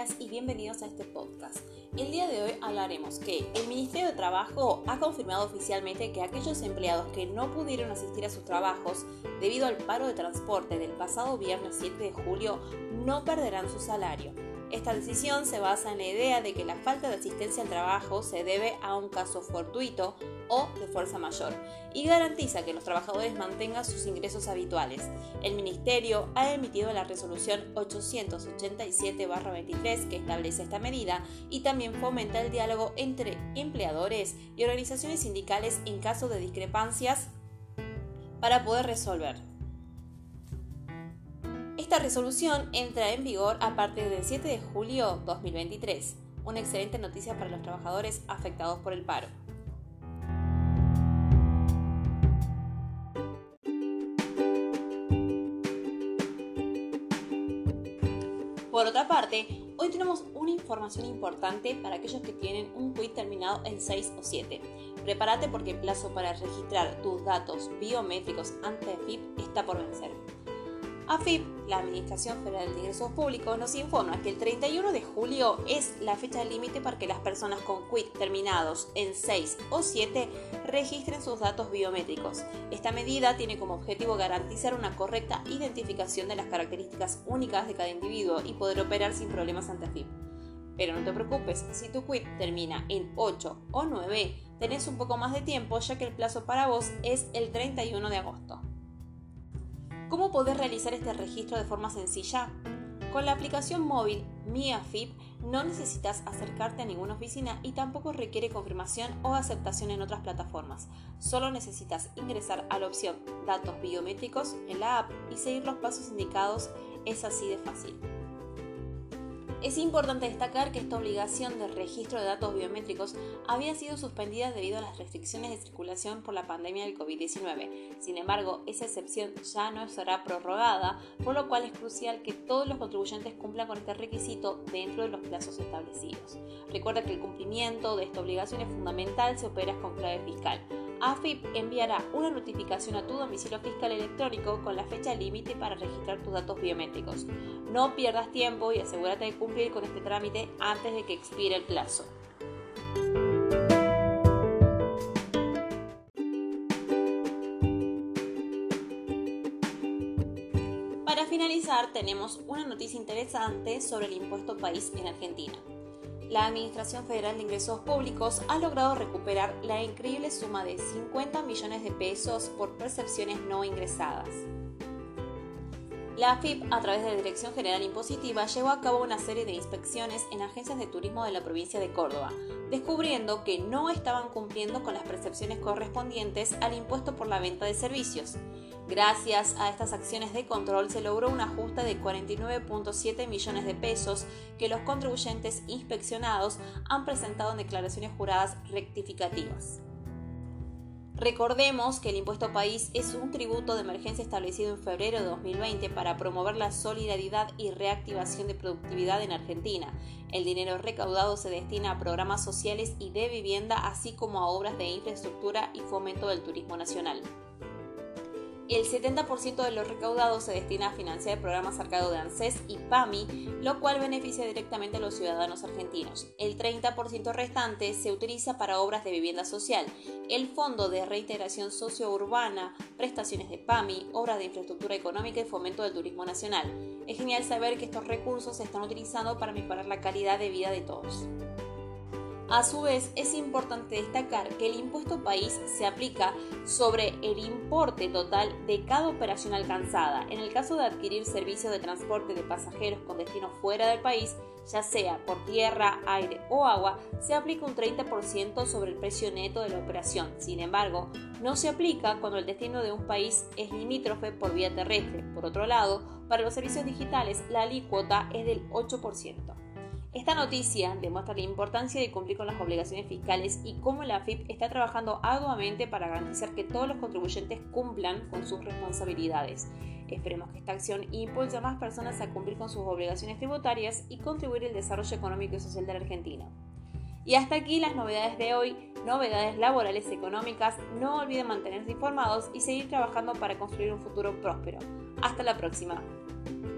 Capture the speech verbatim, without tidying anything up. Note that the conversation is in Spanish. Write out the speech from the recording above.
días y bienvenidos a este podcast. El día de hoy hablaremos que el Ministerio de Trabajo ha confirmado oficialmente que aquellos empleados que no pudieron asistir a sus trabajos debido al paro de transporte del pasado viernes siete de julio no perderán su salario. Esta decisión se basa en la idea de que la falta de asistencia al trabajo se debe a un caso fortuito o de fuerza mayor y garantiza que los trabajadores mantengan sus ingresos habituales. El Ministerio ha emitido la resolución ochocientos ochenta y siete barra veintitrés que establece esta medida y también fomenta el diálogo entre empleadores y organizaciones sindicales en caso de discrepancias para poder resolver. Esta resolución entra en vigor a partir del siete de julio de dos mil veintitrés, una excelente noticia para los trabajadores afectados por el paro. Por otra parte, hoy tenemos una información importante para aquellos que tienen un quit terminado en seis o siete. Prepárate porque el plazo para registrar tus datos biométricos ante A F I P está por vencer. A F I P, la Administración Federal de Ingresos Públicos, nos informa que el treinta y uno de julio es la fecha límite para que las personas con quit terminados en seis o siete registren sus datos biométricos. Esta medida tiene como objetivo garantizar una correcta identificación de las características únicas de cada individuo y poder operar sin problemas ante A F I P. Pero no te preocupes, si tu quit termina en ocho o nueve, tenés un poco más de tiempo ya que el plazo para vos es el treinta y uno de agosto. ¿Cómo podés realizar este registro de forma sencilla? Con la aplicación móvil Mi A F I P no necesitas acercarte a ninguna oficina y tampoco requiere confirmación o aceptación en otras plataformas. Solo necesitas ingresar a la opción Datos biométricos en la app y seguir los pasos indicados. Es así de fácil. Es importante destacar que esta obligación de registro de datos biométricos había sido suspendida debido a las restricciones de circulación por la pandemia del covid diecinueve. Sin embargo, esa excepción ya no será prorrogada, por lo cual es crucial que todos los contribuyentes cumplan con este requisito dentro de los plazos establecidos. Recuerda que el cumplimiento de esta obligación es fundamental si operas con clave fiscal. A F I P enviará una notificación a tu domicilio fiscal electrónico con la fecha límite para registrar tus datos biométricos. No pierdas tiempo y asegúrate de cumplir con este trámite antes de que expire el plazo. Para finalizar, tenemos una noticia interesante sobre el impuesto país en Argentina. La Administración Federal de Ingresos Públicos ha logrado recuperar la increíble suma de cincuenta millones de pesos por percepciones no ingresadas. La A F I P, a través de la Dirección General Impositiva, llevó a cabo una serie de inspecciones en agencias de turismo de la provincia de Córdoba, descubriendo que no estaban cumpliendo con las percepciones correspondientes al impuesto por la venta de servicios. Gracias a estas acciones de control se logró un ajuste de cuarenta y nueve punto siete millones de pesos que los contribuyentes inspeccionados han presentado en declaraciones juradas rectificativas. Recordemos que el impuesto país es un tributo de emergencia establecido en febrero de dos mil veinte para promover la solidaridad y reactivación de productividad en Argentina. El dinero recaudado se destina a programas sociales y de vivienda, así como a obras de infraestructura y fomento del turismo nacional. El setenta por ciento de lo recaudado se destina a financiar programas a cargo de ANSES y PAMI, lo cual beneficia directamente a los ciudadanos argentinos. El treinta por ciento restante se utiliza para obras de vivienda social, el Fondo de Reintegración Sociourbana, prestaciones de PAMI, obras de infraestructura económica y fomento del turismo nacional. Es genial saber que estos recursos se están utilizando para mejorar la calidad de vida de todos. A su vez, es importante destacar que el impuesto país se aplica sobre el importe total de cada operación alcanzada. En el caso de adquirir servicios de transporte de pasajeros con destino fuera del país, ya sea por tierra, aire o agua, se aplica un treinta por ciento sobre el precio neto de la operación. Sin embargo, no se aplica cuando el destino de un país es limítrofe por vía terrestre. Por otro lado, para los servicios digitales, la alícuota es del ocho por ciento. Esta noticia demuestra la importancia de cumplir con las obligaciones fiscales y cómo la A F I P está trabajando arduamente para garantizar que todos los contribuyentes cumplan con sus responsabilidades. Esperemos que esta acción impulse a más personas a cumplir con sus obligaciones tributarias y contribuir al desarrollo económico y social de la Argentina. Y hasta aquí las novedades de hoy, novedades laborales y económicas. No olviden mantenerse informados y seguir trabajando para construir un futuro próspero. Hasta la próxima.